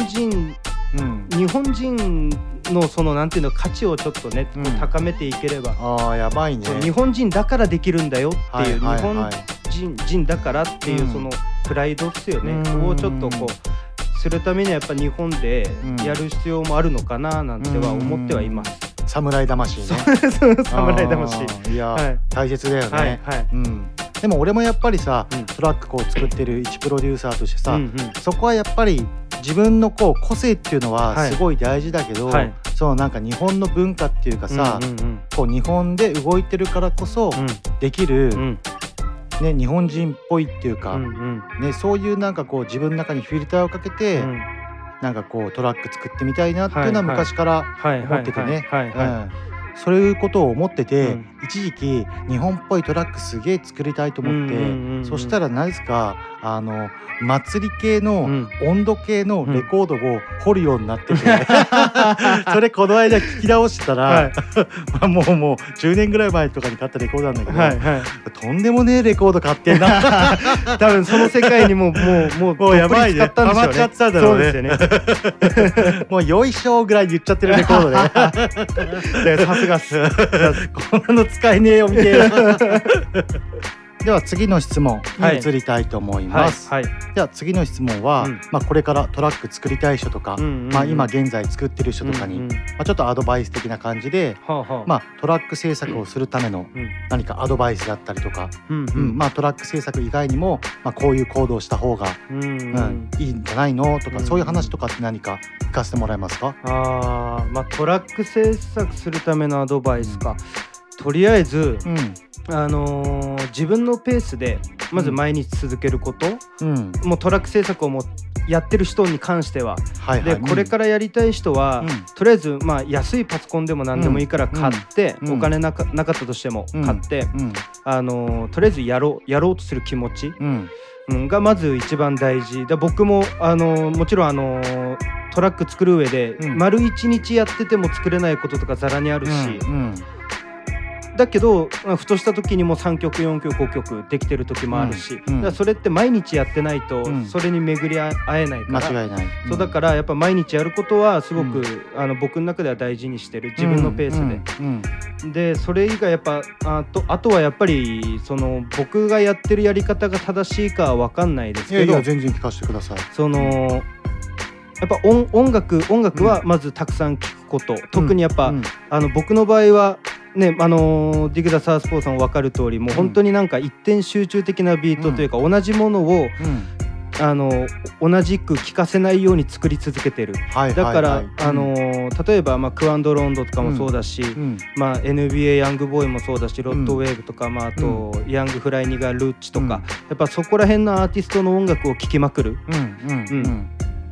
人のそのなんていうの価値をちょっとね、高めていければ、 やばいね。 日本人だからできるんだよっていう、日本人だからっていうそのプライドですよね、をちょっとこうするためにはやっぱ日本でやる必要もあるのかななんては思ってはいます。 侍魂ね。 侍魂。 いや、大切だよね。でも俺もやっぱりさ、トラックこう作ってる一プロデューサーとしてさ、そこはやっぱり自分のこう個性っていうのはすごい大事だけど、そのなんか日本の文化っていうかさ、こう日本で動いてるからこそできる、ね、日本人っぽいっていうか、ね、そういうなんかこう自分の中にフィルターをかけて、なんかこうトラック作ってみたいなっていうのは昔から思っててね。そういうことを思ってて、一時期日本っぽいトラックすげえ作りたいと思って、そしたらなぜか祭り系の温度系のレコードを掘るようになってて、それこの間聞き直したら、もう10年ぐらい前とかに買ったレコードなんだけど、とんでもねえレコード買ってんな。 多分その世界にもうやばいね、ハマっちゃったんだろうね。 そうですよね。 もうよいしょぐらいに言っちゃってるレコードね。 さすがっす。 こんなの使えねえよみたいな。では次の質問に移りたいと思います。では次の質問は、これからトラック作りたい人とか、今現在作ってる人とかに、ちょっとアドバイス的な感じで、トラック制作をするための何かアドバイスだったりとか、トラック制作以外にも、こういう行動をした方がいいんじゃないのとか、そういう話とかって何か聞かせてもらえますか？ トラック制作するためのアドバイスか。とりあえず、自分のペースでまず毎日続けること、もうトラック制作をもやってる人に関しては、でこれからやりたい人は、とりあえず安いパソコンでも何でもいいから買って、お金なかったとしても買って、とりあえずやろうとする気持ち、がまず一番大事で、僕ももちろんトラック作る上で、丸1日やってても作れないこととかざらにあるし、だけどふとした時にも3曲4曲5曲できてる時もあるし、だからそれって毎日やってないとそれに巡り合えないから、 間違いない、 そうだからやっぱ毎日やることはすごく、僕の中では大事にしてる、自分のペースで、でそれ以外やっぱあとはやっぱりその僕がやってるやり方が正しいかは分かんないですけど、 いや全然聞かせてください。 やっぱ音楽はまずたくさん聴くこと、特にやっぱ、僕の場合はね、ディグ・ザ・サウスポーさん分かる通り、もう本当になんか一点集中的なビートというか、同じものを、同じく聴かせないように作り続けてる。だから、例えば、クアンドロンドとかもそうだし、NBA ヤングボーイもそうだし、ロッドウェーブとか、あとヤングフライニガ・ルッチとか、やっぱそこら辺のアーティストの音楽を聴きまくる。っ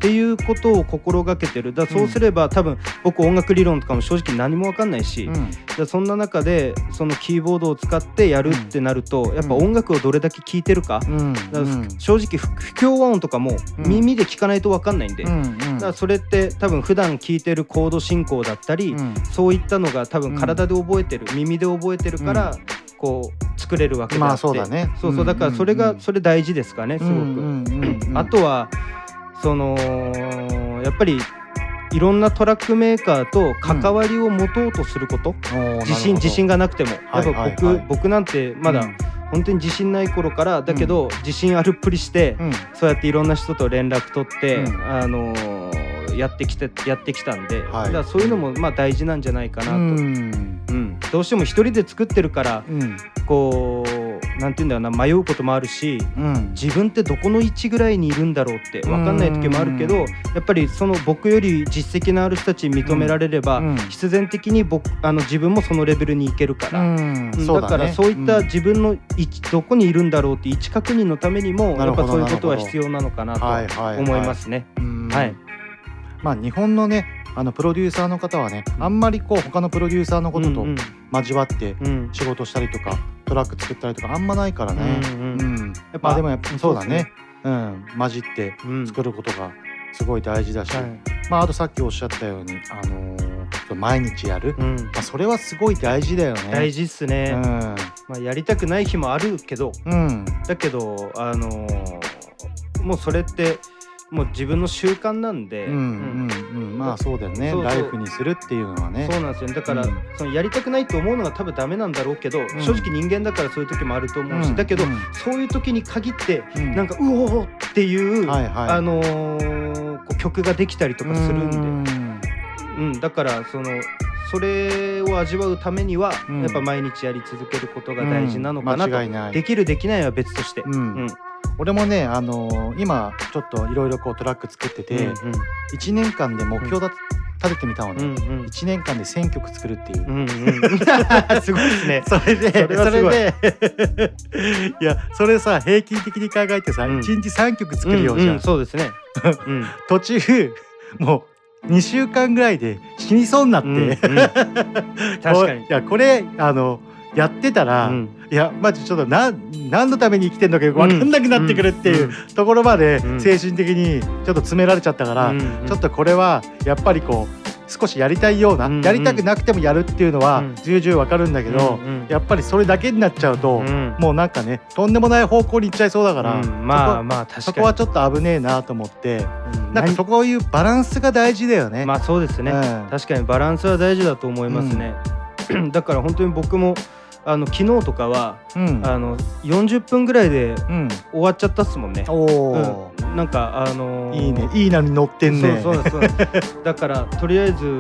っていうことを心がけてる。だそうすれば多分僕音楽理論とかも正直何も分かんないし、そんな中でそのキーボードを使ってやるってなると、やっぱ音楽をどれだけ聴いてるか、だから正直不協和音とかも耳で聞かないと分かんないんで、だからそれって多分普段聴いてるコード進行だったり、そういったのが多分体で覚えてる、耳で覚えてるからこう作れるわけであって、 そうだね。 そうだからそれ大事ですかね、すごく。あとはそのやっぱりいろんなトラックメーカーと関わりを持とうとすること、自信がなくても、やっぱ僕なんてまだ本当に自信ない頃からだけど、自信あるっぷりして、そうやっていろんな人と連絡取って、やってきたんで、だからそういうのもまあ大事なんじゃないかなと。どうしても一人で作ってるから、こうなんていうんだろうな、迷うこともあるし、自分ってどこの位置ぐらいにいるんだろうって分かんない時もあるけど、やっぱりその僕より実績のある人たちに認められれば、必然的に自分もそのレベルに行けるから、だからそういった自分の位置、どこにいるんだろうって位置確認のためにもやっぱそういうことは必要なのかなと思いますね。 まあ日本のねプロデューサーの方はね、あんまりこう他のプロデューサーのことと交わって仕事したりとか、トラック作ったりとかあんまないからね。やっぱでもそうだね、混じって作ることがすごい大事だし、あとさっきおっしゃったように毎日やる、それはすごい大事だよね。 大事っすね。やりたくない日もあるけど、だけどもうそれってもう自分の習慣なんで、 まあそうだよね。ライフにするっていうのはね。 そうなんですよ。だから、そのやりたくないと思うのが多分ダメなんだろうけど、正直人間だからそういう時もあると思うし、だけど、そういう時に限って、なんかうおーっていう、曲ができたりとかするんで、だからそれを味わうためには、やっぱ毎日やり続けることが大事なのかなと。 間違いない。 できるできないは別として。 俺もね、今ちょっといろいろこうトラック作ってて、1年間で目標立ててみたのね。1年間で1000曲作るっていう。 すごいですね。 それでいやそれさ、平均的に考えてさ、1日3曲作るようじゃん。 そうですね。 途中もう2週間ぐらいで死にそうになって、 確かに。 いやこれやってたら、いやマジちょっと何のために生きてんのか分かんなくなってくるっていうところまで精神的にちょっと詰められちゃったから、ちょっとこれはやっぱりこう少しやりたいような、やりたくなくてもやるっていうのは重々分かるんだけど、やっぱりそれだけになっちゃうと、もうなんかねとんでもない方向に行っちゃいそうだから、そこはちょっと危ねえなと思って、なんかそこいうバランスが大事だよね。 そうですね。確かにバランスは大事だと思いますね。だから本当に僕も昨日とかは、40分ぐらいで終わっちゃったっすもんね。なんかいいね、いい波乗ってんね。 そうだからとりあえず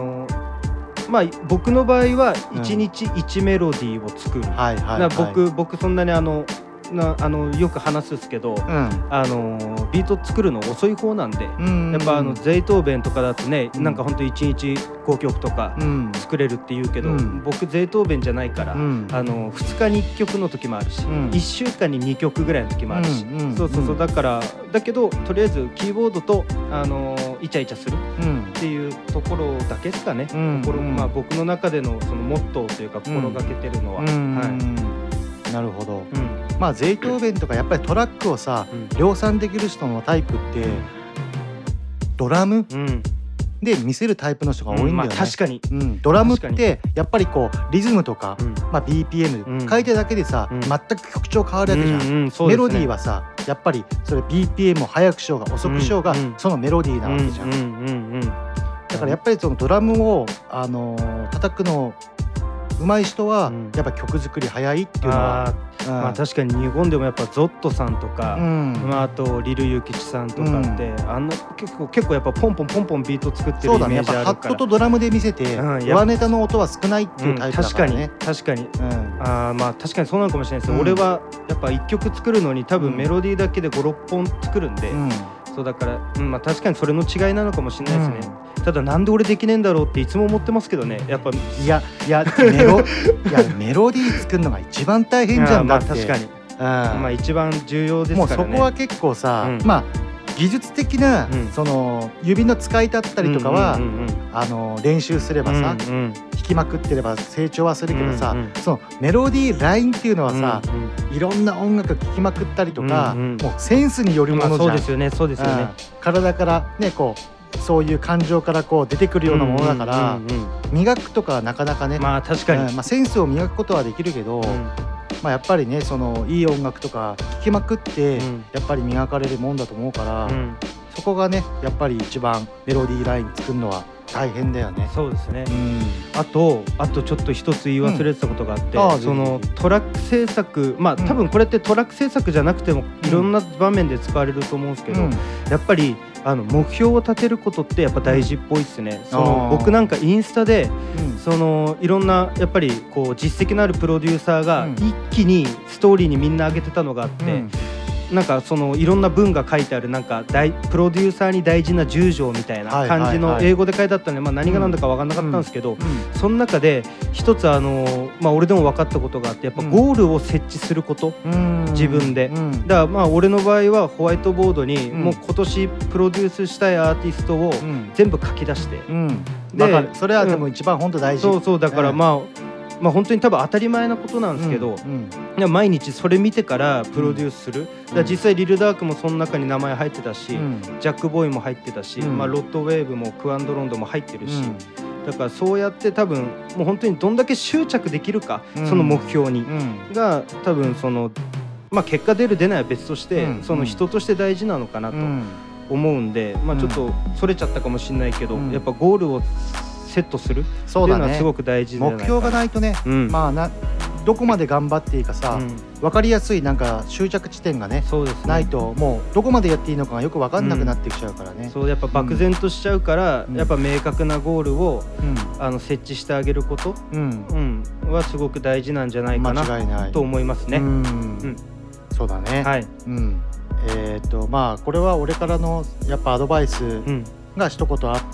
僕の場合は1日1メロディーを作る。僕そんなによく話すんですけど、ビート作るの遅い方なんで、やっぱゼイトーベンとかだとね、なんかほんと1日5曲とか作れるって言うけど、僕ゼイトーベンじゃないから、2日に1曲の時もあるし、1週間に2曲ぐらいの時もあるし、そうだけどとりあえずキーボードとイチャイチャするっていうところだけですかね。僕の中でのそのモットーというか心がけてるのは。 なるほど。ゼイトーベンとかやっぱりトラックをさ、量産できる人のタイプって、ドラムで見せるタイプの人が多いんだよね。 確かに。 ドラムってやっぱりこうリズムとか、BPM 変えただけでさ、全く曲調変わるわけじゃん。メロディーはさ、やっぱりそれ BPM を速くしようが遅くしようが、そのメロディーなわけじゃん。だからやっぱりそのドラムを叩くの上手い人はやっぱ曲作り早いっていうのは、 確かに日本でもやっぱゾットさんとか、あとリルユキチさんとかって、結構やっぱポンポンビート作ってるイメージあるから。そうだね。やっぱハットとドラムで見せて、上ネタの音は少ないっていうタイプだからね。確かに確かにそうなのかもしれないです。俺はやっぱ1曲作るのに多分メロディーだけで 5,6 本作るんで、そうだから、確かにそれの違いなのかもしれないですね。ただなんで俺できねえんだろうっていつも思ってますけどね。やっぱいやメロディー作るのが一番大変じゃん。だって確かに一番重要ですからね。 もうそこは結構さ、 技術的な、その指の使いだったりとかは、練習すればさ、弾きまくってれば成長はするけどさ、そのメロディーラインっていうのはさ、いろんな音楽聴きまくったりとか、もうセンスによるものじゃん。 そうですよね、そうですよね。 体からねこうそういう感情からこう出てくるようなものだから、磨くとかはなかなかね、 まあ確かに、 センスを磨くことはできるけど、やっぱりねそのいい音楽とか聴きまくって、やっぱり磨かれるもんだと思うから、そこがねやっぱり一番メロディーライン作るのは大変だよね。 そうですね、あとちょっと一つ言い忘れてたことがあって、そのトラック制作、多分これってトラック制作じゃなくてもいろんな場面で使われると思うんですけど、やっぱり目標を立てることってやっぱ大事っぽいですね。その僕なんかインスタで、そのいろんなやっぱりこう実績のあるプロデューサーが一気にストーリーにみんな上げてたのがあって、なんかそのいろんな文が書いてあるなんかプロデューサーに大事な10条みたいな感じの英語で書いてあったんで、何が何だか分かんなかったんですけど、その中で一つ俺でも分かったことがあって、やっぱゴールを設置すること、自分で、だから俺の場合はホワイトボードにもう今年プロデュースしたいアーティストを全部書き出して、 でそれはでも一番本当大事。 そうだから本当に多分当たり前なことなんですけど、毎日それ見てからプロデュースする、実際リルダークもその中に名前入ってたし、ジャックボーイも入ってたし、ロッドウェーブもクアンドロンドも入ってるし、だからそうやって多分もう本当にどんだけ執着できるか、その目標に、が多分その結果出る出ないは別として、その人として大事なのかなと思うんで、ちょっとそれちゃったかもしれないけど、やっぱゴールをセットするっていうのはすごく大事じゃないかな。 目標がないとね、どこまで頑張っていいかさ、分かりやすいなんか終着地点がね、ないともうどこまでやっていいのかがよく分かんなくなってきちゃうからね。 そうやっぱ漠然としちゃうから、やっぱ明確なゴールを、設置してあげること、はすごく大事なんじゃないかなと思いますね。 そうだね。 はい。 これは俺からのやっぱアドバイスが一言あって。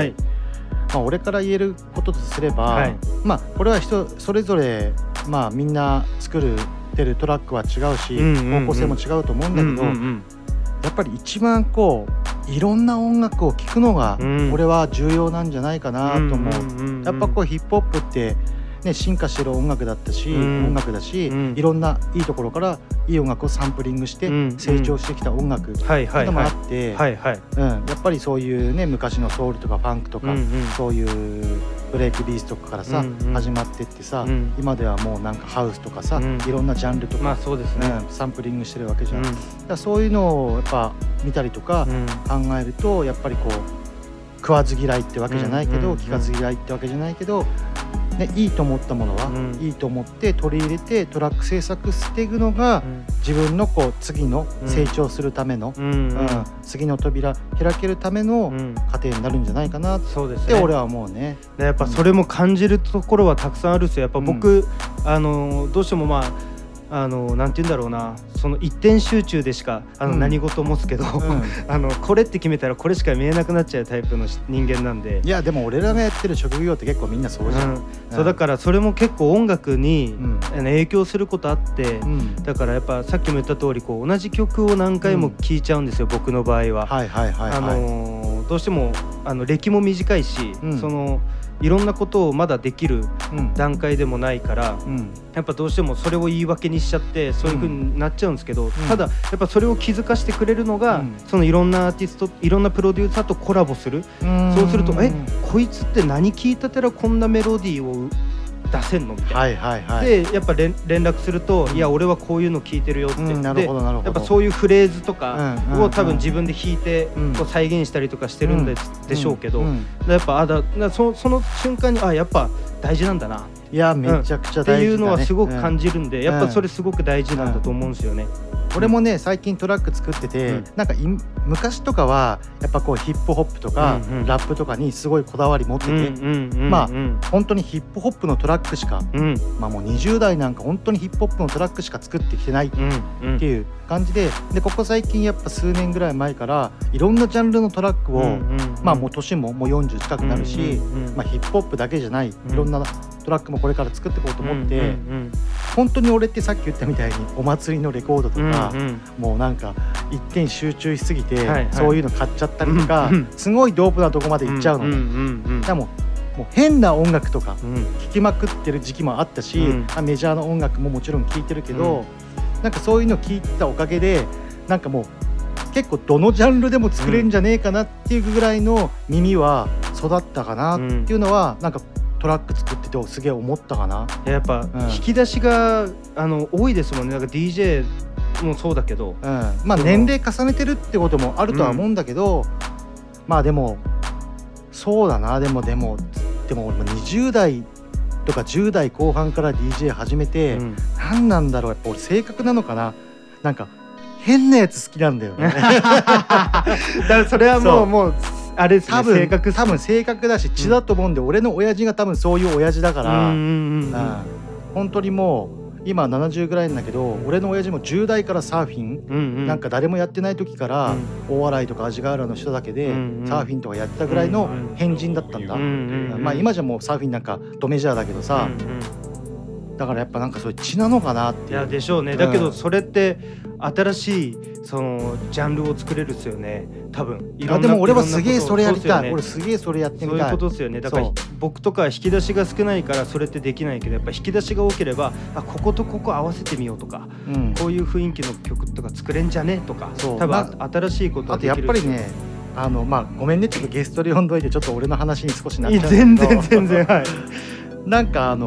俺から言えることとすれば、これは人それぞれ、みんな作ってるトラックは違うし、方向性も違うと思うんだけど、やっぱり一番こういろんな音楽を聴くのが、俺は重要なんじゃないかなと思う。やっぱこうヒップホップってね、進化してる音楽だったし、音楽だし、いろんないいところからいい音楽をサンプリングして成長してきた音楽っていうのもあって、やっぱりそういうね昔のソウルとかファンクとか、そういうブレイクビーツとかからさ、始まってってさ、今ではもうなんかハウスとかさ、いろんなジャンルとか、サンプリングしてるわけじゃん。だからそういうのをやっぱ見たりとか考えると、やっぱりこう食わず嫌いってわけじゃないけど、聞かず嫌いってわけじゃないけど、いいと思ったものはいいと思って取り入れてトラック制作していくのが、自分のこう次の成長するための、次の扉開けるための過程になるんじゃないかなって俺は思うね。 やっぱそれも感じるところはたくさんあるんですよ。やっぱ僕、どうしてもなんて言うんだろうな、その一点集中でしか何事もすけど、これって決めたらこれしか見えなくなっちゃうタイプの人間なんで。 いやでも俺らがやってる職業って結構みんなそうじゃん。 そうだからそれも結構音楽に影響することあって、だからやっぱさっきも言った通りこう同じ曲を何回も聴いちゃうんですよ、僕の場合は。どうしても歴も短いし、そのいろんなことをまだできる段階でもないから、やっぱどうしてもそれを言い訳にしちゃってそういう風になっちゃうんですけど、ただやっぱそれを気づかしてくれるのが、そのいろんなアーティスト、いろんなプロデューサーとコラボする。そうするとこいつって何聞いたてらこんなメロディーを出せんのみたいな、でやっぱ連絡すると、いや俺はこういうの聞いてるよって、でやっぱそういうフレーズとかを多分自分で弾いてこう再現したりとかしてるんでしょうけど、やっぱその瞬間にやっぱ大事なんだな、 いやめちゃくちゃ大事だね、 っていうのはすごく感じるんで、やっぱそれすごく大事なんだと思うんですよね。 俺もね最近トラック作ってて、なんか昔とかはやっぱこうヒップホップとか、ラップとかにすごいこだわり持ってて、本当にヒップホップのトラックしか、もう20代なんか本当にヒップホップのトラックしか作ってきてないっていう感じで、ここ最近やっぱ数年ぐらい前からいろんなジャンルのトラックを、もう年ももう40近くなるし、ヒップホップだけじゃないいろんなトラックもこれから作っていこうと思って、本当に俺ってさっき言ったみたいにお祭りのレコードとか、もうなんか一点集中しすぎてて、そういうの買っちゃったりとか、すごいドープなとこまで行っちゃうの。でもう変な音楽とか聴きまくってる時期もあったし、メジャーの音楽ももちろん聴いてるけど、なんかそういうの聴いたおかげでなんかもう結構どのジャンルでも作れるんじゃねえかなっていうぐらいの耳は育ったかなっていうのはなんかトラック作っててすげえ思ったかな。 やっぱ引き出しが多いですもんね。なんか DJ もそうだけど、 まあ年齢重ねてるってこともあるとは思うんだけど、まあでもそうだな。でも俺も20代とか10代後半から DJ 始めて、何なんだろう、やっぱ俺性格なのかな、なんか変なやつ好きなんだよね。だからそれはもうあれですね、 多分性格だし血だと思うんで、俺の親父が多分そういう親父だから、本当にもう今70ぐらいなんだけど、俺の親父も10代からサーフィン、なんか誰もやってない時から大洗とか味ヶ原の人だけでサーフィンとかやってたぐらいの変人だったんだ。まあ今じゃもうサーフィンなんかドメジャーだけどさ、だからやっぱなんかそういう血なのかなって。 いやでしょうね。だけどそれって新しいそのジャンルを作れるっすよね、多分。 でも俺はすげえそれやりたい。俺すげえそれやってみたい。 そういうことですよね。だから僕とか引き出しが少ないからそれってできないけど、やっぱ引き出しが多ければこことここ合わせてみようとか、こういう雰囲気の曲とか作れんじゃねとか、多分新しいことができる。 あとやっぱりね、まあごめんね、ちょっとゲストで呼んどいてちょっと俺の話に少しなっちゃうけど。 全然はい。 なんか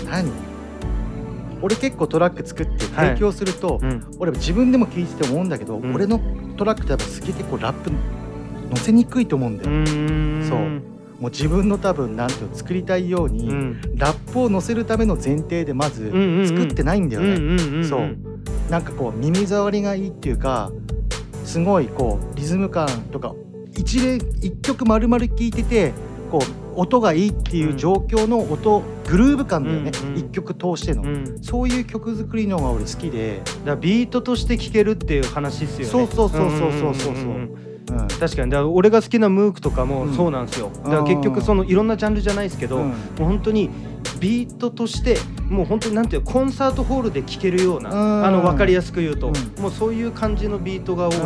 俺結構トラック作って提供すると、俺自分でも聞いてて思うんだけど、俺のトラックってやっぱすげえ結構ラップ乗せにくいと思うんだよ。そう、もう自分の多分なんていうの作りたいように、ラップを乗せるための前提でまず作ってないんだよね。そうなんかこう耳障りがいいっていうか、すごいこうリズム感とか一曲丸々聴いててこう音がいいっていう状況の音、グルーヴ感だよね、一曲通しての、そういう曲作りの方が俺好きで、 だからビートとして聴けるっていう話ですよね。 そう確かに。だから俺が好きなムークとかもそうなんですよ。だから結局そのいろんなジャンルじゃないですけど、もう本当にビートとしてもう本当になんていうコンサートホールで聴けるような、分かりやすく言うと、もうそういう感じのビートが多いから、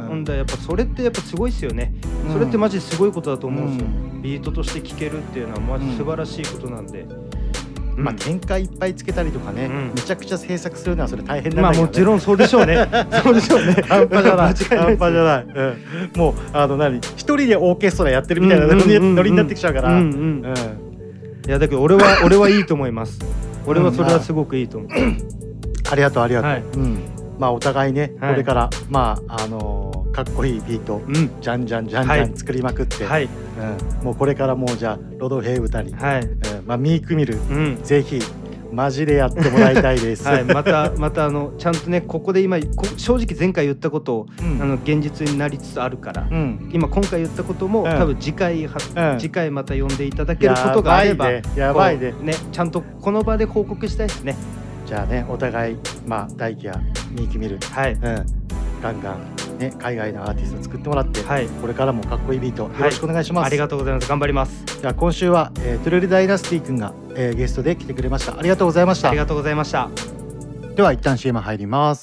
やっぱそれってやっぱすごいですよね。それってマジすごいことだと思うんですよ。ビートとして聴けるっていうのはマジ素晴らしいことなんで。 まあ展開いっぱいつけたりとかね、めちゃくちゃ制作するのはそれ大変なんだけどね。 まあもちろんそうでしょうね。そうでしょうね。 半端じゃない。半端じゃない。もう一人でオーケストラやってるみたいなノリになってきちゃうから。いやだけど俺はいいと思います。俺はそれはすごくいいと思う。 ありがとう。まあお互いね、これからまあかっこいいビートじゃんじゃん作りまくって、もうこれからもうじゃあロドヘイ歌に、まあミークミルぜひマジでやってもらいたいです。 またちゃんとね、ここで今正直前回言ったことを現実になりつつあるから、今回言ったことも多分次回また呼んでいただけることがあれば、 やばいね、 ちゃんとこの場で報告したいですね。 じゃあね、お互いまあ大輝やミークミル、ガンガンね、海外のアーティスト作ってもらって、これからもかっこいいビートよろしくお願いします。 ありがとうございます。頑張ります。 じゃあ今週は、トゥルルダイナスティ君が、ゲストで来てくれました。ありがとうございました。 ありがとうございました。 では一旦 CM 入ります。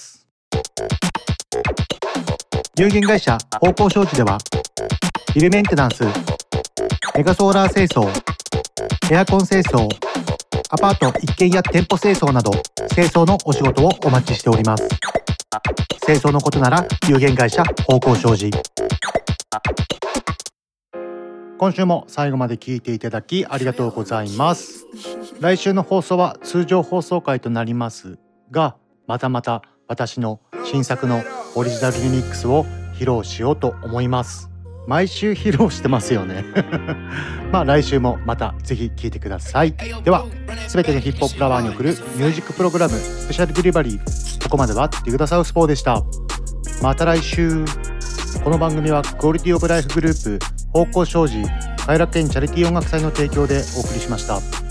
有限会社方向商事ではビルメンテナンス、メガソーラー清掃、エアコン清掃、アパート一軒家店舗清掃など清掃のお仕事をお待ちしております。清掃のことなら有限会社方向商事。今週も最後まで聞いていただきありがとうございます。来週の放送は通常放送回となりますが、また私の新作のオリジナルリミックスを披露しようと思います。毎週披露してますよね。まあ来週もまたぜひ聴いてください。では、すべてのヒップホップラバーに送るミュージックプログラムスペシャルデリバリー。ここまではディグダサウスポーでした。また来週。この番組はクオリティオブライフグループ、方向商事、偕楽園チャリティー音楽祭の提供でお送りしました。